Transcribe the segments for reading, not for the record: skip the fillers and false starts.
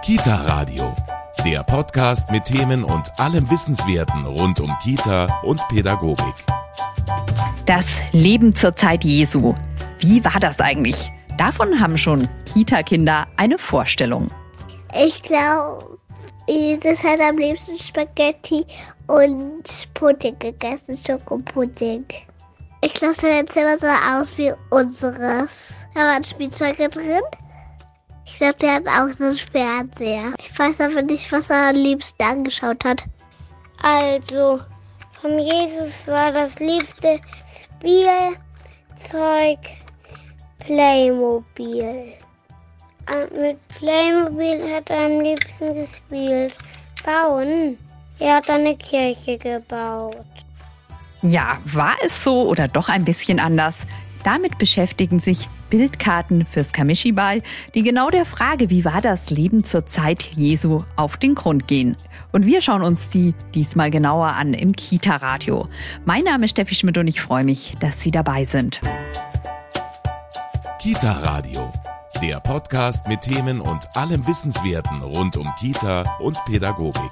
Kita-Radio, der Podcast mit Themen und allem Wissenswerten rund um Kita und Pädagogik. Das Leben zur Zeit Jesu. Wie war das eigentlich? Davon haben schon Kita-Kinder eine Vorstellung. Ich glaube, Jesus hat am liebsten Spaghetti und Pudding gegessen, Schokopudding. Ich glaube, sein Zimmer sah aus wie unseres. Da waren Spielzeuge drin. Ich glaube, der hat auch einen Fernseher. Ich weiß aber nicht, was er am liebsten angeschaut hat. Also, von Jesus war das liebste Spielzeug Playmobil. Mit Playmobil hat er am liebsten gespielt. Bauen? Er hat eine Kirche gebaut. Ja, war es so oder doch ein bisschen anders? Damit beschäftigen sich Bildkarten fürs Kamishibai, die genau der Frage, wie war das Leben zur Zeit Jesu, auf den Grund gehen. Und wir schauen uns die diesmal genauer an im Kita-Radio. Mein Name ist Steffi Schmidt und ich freue mich, dass Sie dabei sind. Kita-Radio, der Podcast mit Themen und allem Wissenswerten rund um Kita und Pädagogik.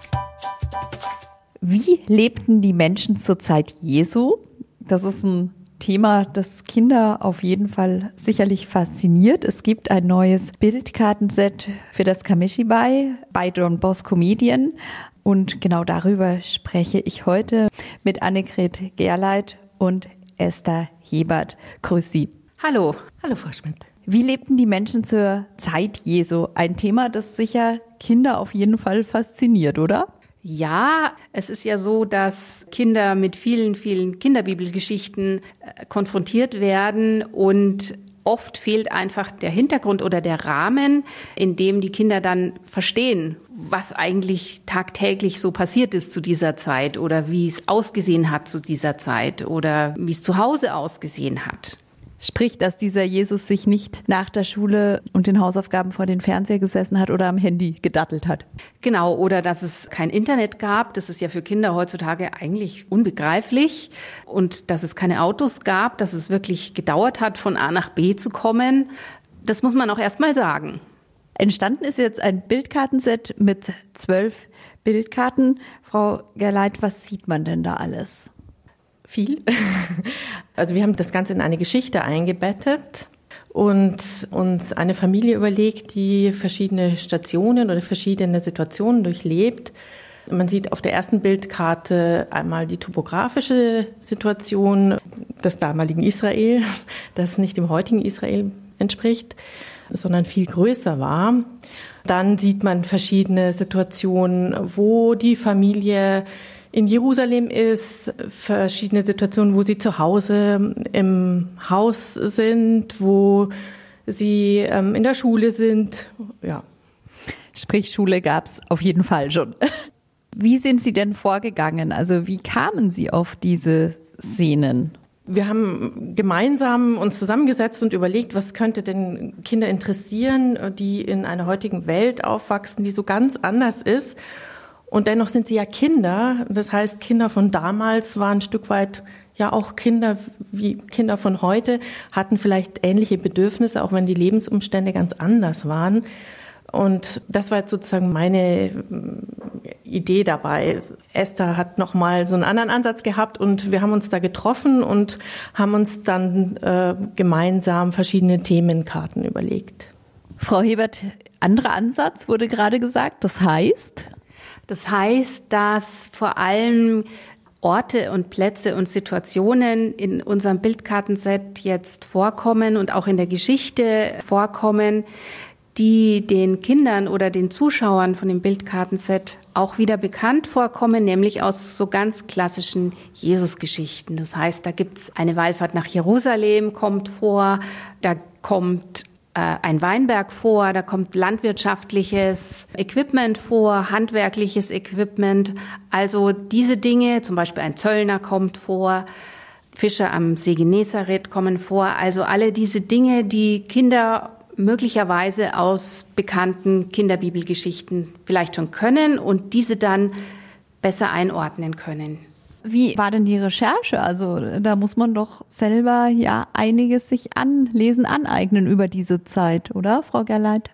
Wie lebten die Menschen zur Zeit Jesu? Das ist ein Thema, das Kinder auf jeden Fall sicherlich fasziniert. Es gibt ein neues Bildkartenset für das Kamishibai bei Don Bosco Medien. Und genau darüber spreche ich heute mit Annegret Gerleit und Esther Hebert. Grüß Sie. Hallo. Hallo, Frau Schmidt. Wie lebten die Menschen zur Zeit Jesu? Ein Thema, das sicher Kinder auf jeden Fall fasziniert, oder? Ja, es ist ja so, dass Kinder mit vielen, vielen Kinderbibelgeschichten konfrontiert werden und oft fehlt einfach der Hintergrund oder der Rahmen, in dem die Kinder dann verstehen, was eigentlich tagtäglich so passiert ist zu dieser Zeit oder wie es ausgesehen hat zu dieser Zeit oder wie es zu Hause ausgesehen hat. Sprich, dass dieser Jesus sich nicht nach der Schule und den Hausaufgaben vor den Fernseher gesessen hat oder am Handy gedattelt hat. Genau, oder dass es kein Internet gab. Das ist ja für Kinder heutzutage eigentlich unbegreiflich. Und dass es keine Autos gab, dass es wirklich gedauert hat, von A nach B zu kommen. Das muss man auch erst mal sagen. Entstanden ist jetzt ein Bildkartenset mit 12 Bildkarten. Frau Gerleit, was sieht man denn da alles? Viel. Also wir haben das Ganze in eine Geschichte eingebettet und uns eine Familie überlegt, die verschiedene Stationen oder verschiedene Situationen durchlebt. Man sieht auf der ersten Bildkarte einmal die topografische Situation des damaligen Israel, das nicht dem heutigen Israel entspricht, sondern viel größer war. Dann sieht man verschiedene Situationen, wo die Familie in Jerusalem ist, verschiedene Situationen, wo sie zu Hause im Haus sind, wo sie in der Schule sind. Ja. Sprich, Schule gab es auf jeden Fall schon. Wie sind Sie denn vorgegangen? Also wie kamen Sie auf diese Szenen? Wir haben gemeinsam uns zusammengesetzt und überlegt, was könnte denn Kinder interessieren, die in einer heutigen Welt aufwachsen, die so ganz anders ist. Und dennoch sind sie ja Kinder. Das heißt, Kinder von damals waren ein Stück weit ja auch Kinder wie Kinder von heute, hatten vielleicht ähnliche Bedürfnisse, auch wenn die Lebensumstände ganz anders waren. Und das war jetzt sozusagen meine Idee dabei. Esther hat nochmal so einen anderen Ansatz gehabt und wir haben uns da getroffen und haben uns dann gemeinsam verschiedene Themenkarten überlegt. Frau Hebert, anderer Ansatz wurde gerade gesagt. Das heißt, dass vor allem Orte und Plätze und Situationen in unserem Bildkartenset jetzt vorkommen und auch in der Geschichte vorkommen, die den Kindern oder den Zuschauern von dem Bildkartenset auch wieder bekannt vorkommen, nämlich aus so ganz klassischen Jesusgeschichten. Das heißt, da gibt's eine Wallfahrt nach Jerusalem, kommt vor, da kommt ein Weinberg vor, da kommt landwirtschaftliches Equipment vor, handwerkliches Equipment. Also diese Dinge, zum Beispiel ein Zöllner kommt vor, Fischer am See Genezareth kommen vor. Also alle diese Dinge, die Kinder möglicherweise aus bekannten Kinderbibelgeschichten vielleicht schon können und diese dann besser einordnen können. Wie war denn die Recherche? Also da muss man doch selber ja einiges sich aneignen über diese Zeit, oder, Frau Gerleit?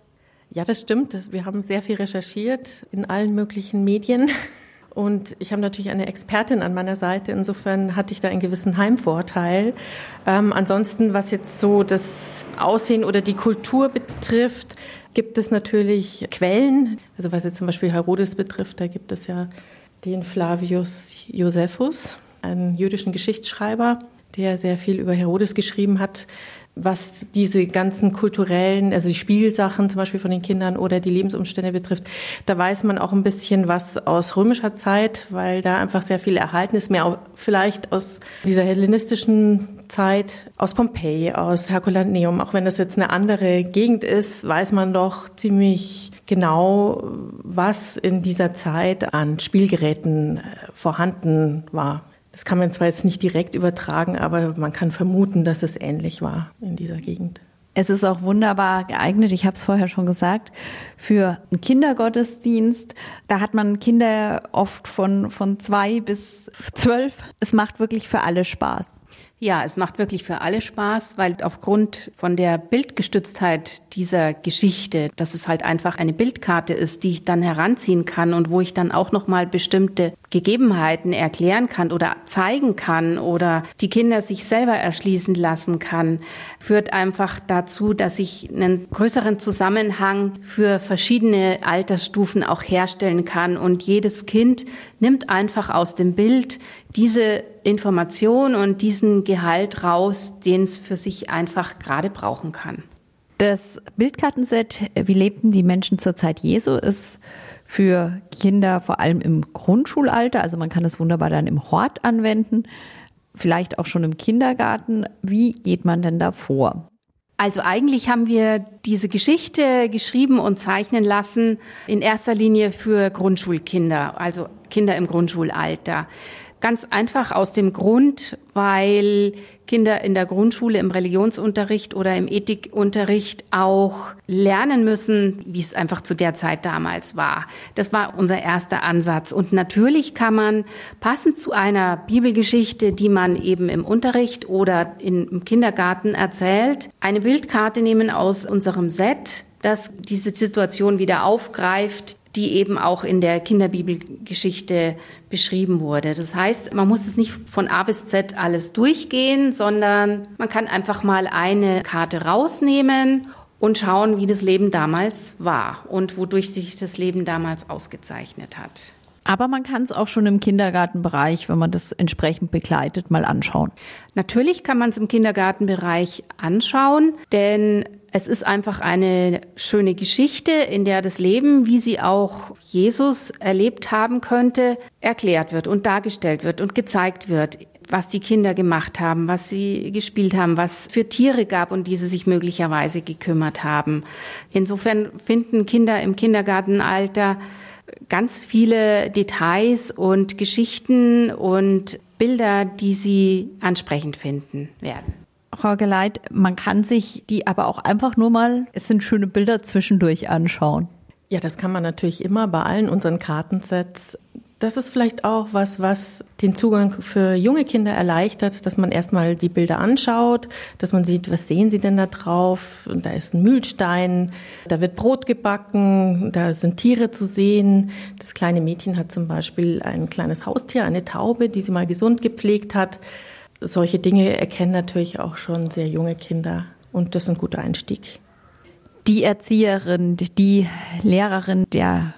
Ja, das stimmt. Wir haben sehr viel recherchiert in allen möglichen Medien. Und ich habe natürlich eine Expertin an meiner Seite. Insofern hatte ich da einen gewissen Heimvorteil. Ansonsten, was jetzt so das Aussehen oder die Kultur betrifft, gibt es natürlich Quellen. Also was jetzt zum Beispiel Herodes betrifft, da gibt es ja den Flavius Josephus, einen jüdischen Geschichtsschreiber, der sehr viel über Herodes geschrieben hat. Was diese ganzen kulturellen, also die Spielsachen zum Beispiel von den Kindern oder die Lebensumstände betrifft, da weiß man auch ein bisschen was aus römischer Zeit, weil da einfach sehr viel erhalten ist, mehr auch vielleicht aus dieser hellenistischen Zeit, aus Pompeji, aus Herculaneum. Auch wenn das jetzt eine andere Gegend ist, weiß man doch ziemlich genau, was in dieser Zeit an Spielgeräten vorhanden war. Das kann man zwar jetzt nicht direkt übertragen, aber man kann vermuten, dass es ähnlich war in dieser Gegend. Es ist auch wunderbar geeignet, ich habe es vorher schon gesagt, für einen Kindergottesdienst. Da hat man Kinder oft von 2 bis 12. Es macht wirklich für alle Spaß. Ja, es macht wirklich für alle Spaß, weil aufgrund von der Bildgestütztheit dieser Geschichte, dass es halt einfach eine Bildkarte ist, die ich dann heranziehen kann und wo ich dann auch nochmal bestimmte Gegebenheiten erklären kann oder zeigen kann oder die Kinder sich selber erschließen lassen kann, führt einfach dazu, dass ich einen größeren Zusammenhang für verschiedene Altersstufen auch herstellen kann. Und jedes Kind nimmt einfach aus dem Bild diese Information und diesen Gehalt raus, den es für sich einfach gerade brauchen kann. Das Bildkartenset Wie lebten die Menschen zur Zeit Jesu ist für Kinder vor allem im Grundschulalter, also man kann es wunderbar dann im Hort anwenden, vielleicht auch schon im Kindergarten. Wie geht man denn da vor? Also eigentlich haben wir diese Geschichte geschrieben und zeichnen lassen in erster Linie für Grundschulkinder, also Kinder im Grundschulalter. Ganz einfach aus dem Grund, weil Kinder in der Grundschule im Religionsunterricht oder im Ethikunterricht auch lernen müssen, wie es einfach zu der Zeit damals war. Das war unser erster Ansatz. Und natürlich kann man passend zu einer Bibelgeschichte, die man eben im Unterricht oder im Kindergarten erzählt, eine Bildkarte nehmen aus unserem Set, das diese Situation wieder aufgreift, die eben auch in der Kinderbibelgeschichte beschrieben wurde. Das heißt, man muss es nicht von A bis Z alles durchgehen, sondern man kann einfach mal eine Karte rausnehmen und schauen, wie das Leben damals war und wodurch sich das Leben damals ausgezeichnet hat. Aber man kann es auch schon im Kindergartenbereich, wenn man das entsprechend begleitet, mal anschauen. Natürlich kann man es im Kindergartenbereich anschauen, denn es ist einfach eine schöne Geschichte, in der das Leben, wie sie auch Jesus erlebt haben könnte, erklärt wird und dargestellt wird und gezeigt wird, was die Kinder gemacht haben, was sie gespielt haben, was für Tiere gab, um die sie sich möglicherweise gekümmert haben. Insofern finden Kinder im Kindergartenalter ganz viele Details und Geschichten und Bilder, die sie ansprechend finden werden. Frau Geleit, man kann sich die aber auch einfach nur mal, es sind schöne Bilder zwischendurch anschauen. Ja, das kann man natürlich immer bei allen unseren Kartensets. Das ist vielleicht auch was den Zugang für junge Kinder erleichtert, dass man erstmal die Bilder anschaut, dass man sieht, was sehen sie denn da drauf? Und da ist ein Mühlstein, da wird Brot gebacken, da sind Tiere zu sehen. Das kleine Mädchen hat zum Beispiel ein kleines Haustier, eine Taube, die sie mal gesund gepflegt hat. Solche Dinge erkennen natürlich auch schon sehr junge Kinder und das ist ein guter Einstieg. Die Erzieherin, die Lehrerin, der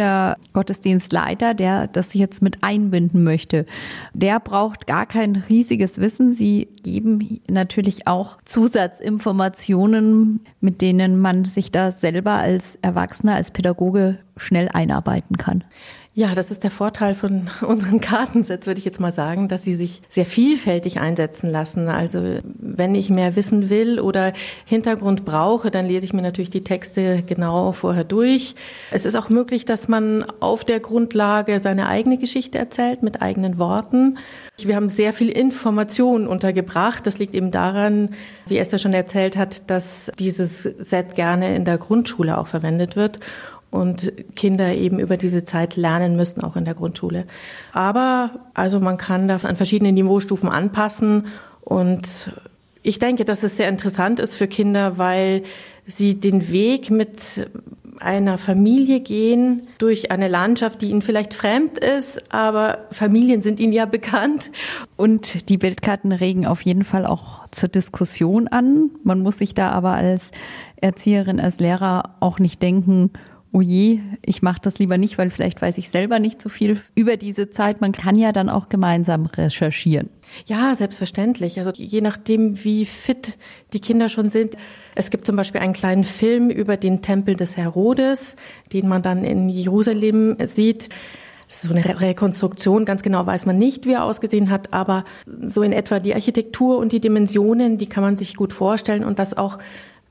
Kindergottesdienstleiter, der das jetzt mit einbinden möchte, der braucht gar kein riesiges Wissen. Sie geben natürlich auch Zusatzinformationen, mit denen man sich da selber als Erwachsener, als Pädagoge schnell einarbeiten kann. Ja, das ist der Vorteil von unseren Kartensets, würde ich jetzt mal sagen, dass sie sich sehr vielfältig einsetzen lassen. Also wenn ich mehr wissen will oder Hintergrund brauche, dann lese ich mir natürlich die Texte genau vorher durch. Es ist auch möglich, dass man auf der Grundlage seine eigene Geschichte erzählt mit eigenen Worten. Wir haben sehr viel Information untergebracht. Das liegt eben daran, wie Esther schon erzählt hat, dass dieses Set gerne in der Grundschule auch verwendet wird. Und Kinder eben über diese Zeit lernen müssen, auch in der Grundschule. Aber also man kann das an verschiedenen Niveaustufen anpassen. Und ich denke, dass es sehr interessant ist für Kinder, weil sie den Weg mit einer Familie gehen durch eine Landschaft, die ihnen vielleicht fremd ist, aber Familien sind ihnen ja bekannt. Und die Bildkarten regen auf jeden Fall auch zur Diskussion an. Man muss sich da aber als Erzieherin, als Lehrer auch nicht denken, oh je, ich mache das lieber nicht, weil vielleicht weiß ich selber nicht so viel über diese Zeit. Man kann ja dann auch gemeinsam recherchieren. Ja, selbstverständlich. Also je nachdem, wie fit die Kinder schon sind. Es gibt zum Beispiel einen kleinen Film über den Tempel des Herodes, den man dann in Jerusalem sieht. Das ist so eine Rekonstruktion, ganz genau weiß man nicht, wie er ausgesehen hat, aber so in etwa die Architektur und die Dimensionen, die kann man sich gut vorstellen und dass auch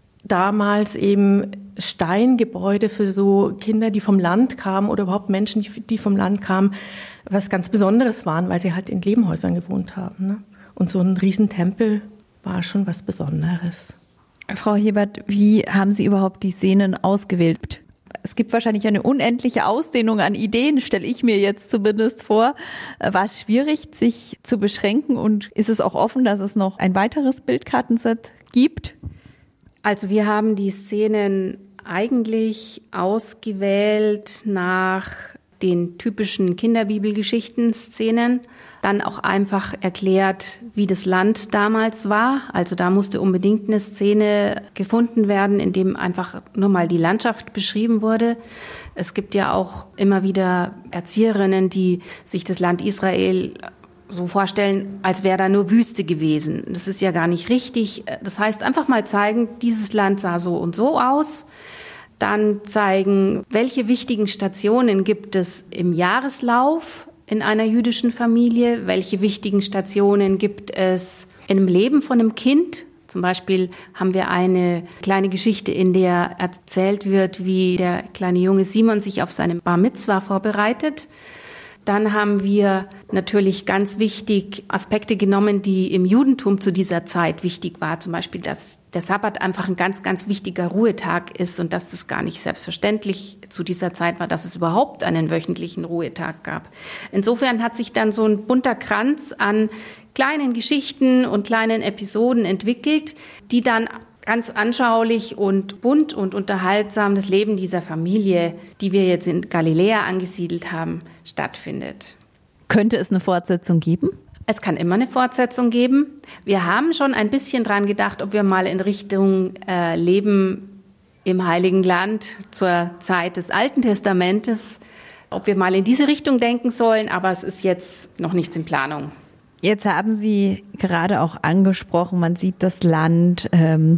damals eben Steingebäude für so Kinder, die vom Land kamen oder überhaupt Menschen, die vom Land kamen, was ganz Besonderes waren, weil sie halt in Lehmhäusern gewohnt haben. Ne? Und so ein Riesentempel war schon was Besonderes. Frau Hebert, wie haben Sie überhaupt die Szenen ausgewählt? Es gibt wahrscheinlich eine unendliche Ausdehnung an Ideen, stelle ich mir jetzt zumindest vor. War es schwierig, sich zu beschränken und ist es auch offen, dass es noch ein weiteres Bildkartenset gibt? Also wir haben die Szenen eigentlich ausgewählt nach den typischen Kinderbibelgeschichten-Szenen, dann auch einfach erklärt, wie das Land damals war. Also da musste unbedingt eine Szene gefunden werden, in dem einfach nur mal die Landschaft beschrieben wurde. Es gibt ja auch immer wieder Erzieherinnen, die sich das Land Israel so vorstellen, als wäre da nur Wüste gewesen. Das ist ja gar nicht richtig. Das heißt, einfach mal zeigen, dieses Land sah so und so aus. Dann zeigen, welche wichtigen Stationen gibt es im Jahreslauf in einer jüdischen Familie, welche wichtigen Stationen gibt es in dem Leben von einem Kind. Zum Beispiel haben wir eine kleine Geschichte, in der erzählt wird, wie der kleine Junge Simon sich auf seine Bar Mitzwa vorbereitet. Dann haben wir natürlich ganz wichtig Aspekte genommen, die im Judentum zu dieser Zeit wichtig war. Zum Beispiel, dass der Sabbat einfach ein ganz, ganz wichtiger Ruhetag ist und dass es gar nicht selbstverständlich zu dieser Zeit war, dass es überhaupt einen wöchentlichen Ruhetag gab. Insofern hat sich dann so ein bunter Kranz an kleinen Geschichten und kleinen Episoden entwickelt, die dann ganz anschaulich und bunt und unterhaltsam das Leben dieser Familie, die wir jetzt in Galiläa angesiedelt haben, stattfindet. Könnte es eine Fortsetzung geben? Es kann immer eine Fortsetzung geben. Wir haben schon ein bisschen dran gedacht, ob wir mal in Richtung Leben im Heiligen Land zur Zeit des Alten Testamentes, ob wir mal in diese Richtung denken sollen, aber es ist jetzt noch nichts in Planung. Jetzt haben Sie gerade auch angesprochen, man sieht das Land,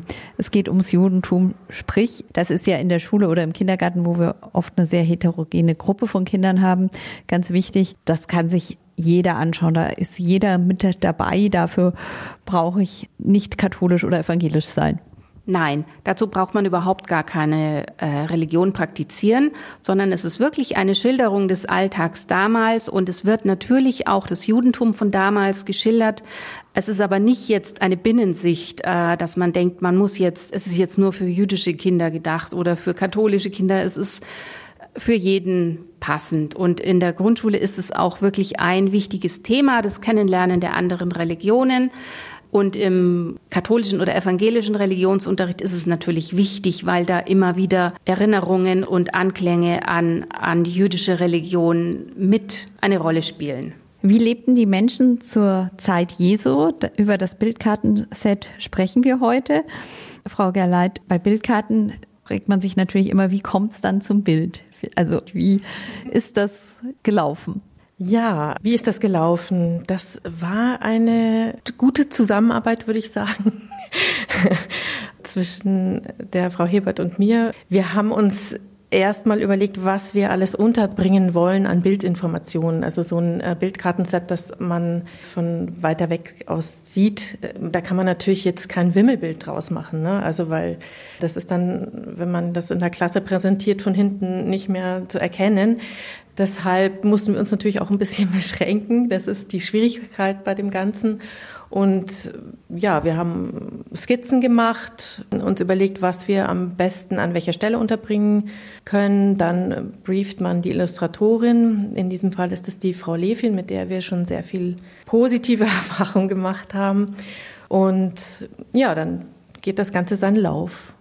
es geht ums Judentum, sprich, das ist ja in der Schule oder im Kindergarten, wo wir oft eine sehr heterogene Gruppe von Kindern haben, ganz wichtig, das kann sich jeder anschauen, da ist jeder mit dabei, dafür brauche ich nicht katholisch oder evangelisch sein. Nein, dazu braucht man überhaupt gar keine Religion praktizieren, sondern es ist wirklich eine Schilderung des Alltags damals und es wird natürlich auch das Judentum von damals geschildert. Es ist aber nicht jetzt eine Binnensicht, dass man denkt, es ist jetzt nur für jüdische Kinder gedacht oder für katholische Kinder. Es ist für jeden passend. Und in der Grundschule ist es auch wirklich ein wichtiges Thema, das Kennenlernen der anderen Religionen. Und im katholischen oder evangelischen Religionsunterricht ist es natürlich wichtig, weil da immer wieder Erinnerungen und Anklänge an die jüdische Religion mit eine Rolle spielen. Wie lebten die Menschen zur Zeit Jesu? Über das Bildkartenset sprechen wir heute. Frau Gerleit, bei Bildkarten fragt man sich natürlich immer, wie kommt es dann zum Bild? Also wie ist das gelaufen? Ja, wie ist das gelaufen? Das war eine gute Zusammenarbeit, würde ich sagen, zwischen der Frau Hebert und mir. Wir haben uns erstmal überlegt, was wir alles unterbringen wollen an Bildinformationen. Also so ein Bildkartenset, das man von weiter weg aus sieht, da kann man natürlich jetzt kein Wimmelbild draus machen, ne? Also weil das ist dann, wenn man das in der Klasse präsentiert, von hinten nicht mehr zu erkennen. Deshalb mussten wir uns natürlich auch ein bisschen beschränken. Das ist die Schwierigkeit bei dem Ganzen. Und ja, wir haben Skizzen gemacht, uns überlegt, was wir am besten an welcher Stelle unterbringen können. Dann brieft man die Illustratorin. In diesem Fall ist es die Frau Levin, mit der wir schon sehr viel positive Erfahrungen gemacht haben. Und ja, dann geht das Ganze seinen Lauf.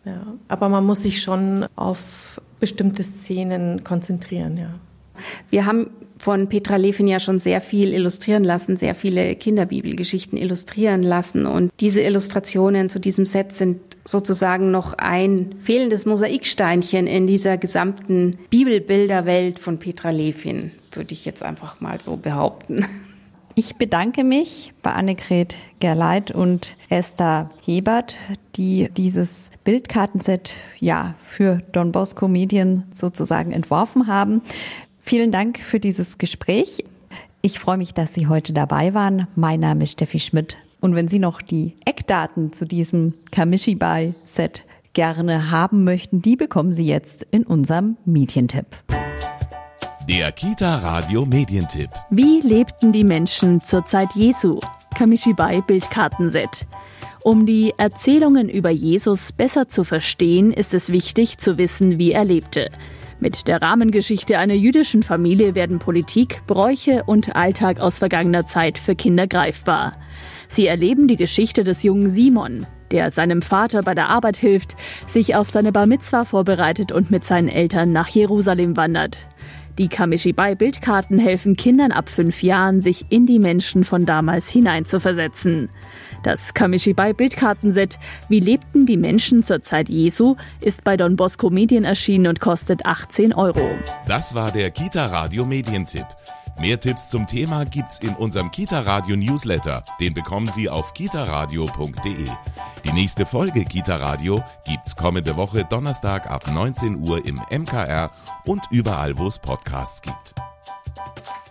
Ja, aber man muss sich schon auf bestimmte Szenen konzentrieren, ja. Wir haben von Petra Levin ja schon sehr viel illustrieren lassen, sehr viele Kinderbibelgeschichten illustrieren lassen. Und diese Illustrationen zu diesem Set sind sozusagen noch ein fehlendes Mosaiksteinchen in dieser gesamten Bibelbilderwelt von Petra Levin, würde ich jetzt einfach mal so behaupten. Ich bedanke mich bei Annegret Gerleit und Esther Hebert, die dieses Bildkartenset für Don Bosco Medien sozusagen entworfen haben. Vielen Dank für dieses Gespräch. Ich freue mich, dass Sie heute dabei waren. Mein Name ist Steffi Schmidt. Und wenn Sie noch die Eckdaten zu diesem Kamishibai-Set gerne haben möchten, die bekommen Sie jetzt in unserem Medientipp. Der Kita-Radio-Medientipp. Wie lebten die Menschen zur Zeit Jesu? Kamishibai Bildkartenset. Um die Erzählungen über Jesus besser zu verstehen, ist es wichtig zu wissen, wie er lebte. Mit der Rahmengeschichte einer jüdischen Familie werden Politik, Bräuche und Alltag aus vergangener Zeit für Kinder greifbar. Sie erleben die Geschichte des jungen Simon, der seinem Vater bei der Arbeit hilft, sich auf seine Bar Mitzwa vorbereitet und mit seinen Eltern nach Jerusalem wandert. Die Kamishibai-Bildkarten helfen Kindern ab 5 Jahren, sich in die Menschen von damals hineinzuversetzen. Das Kamishibai-Bildkartenset Wie lebten die Menschen zur Zeit Jesu ist bei Don Bosco Medien erschienen und kostet 18 €. Das war der Kita-Radio-Medientipp. Mehr Tipps zum Thema gibt's in unserem Kita-Radio-Newsletter. Den bekommen Sie auf kitaradio.de. Die nächste Folge Kita-Radio gibt's kommende Woche Donnerstag ab 19 Uhr im MKR und überall, wo es Podcasts gibt.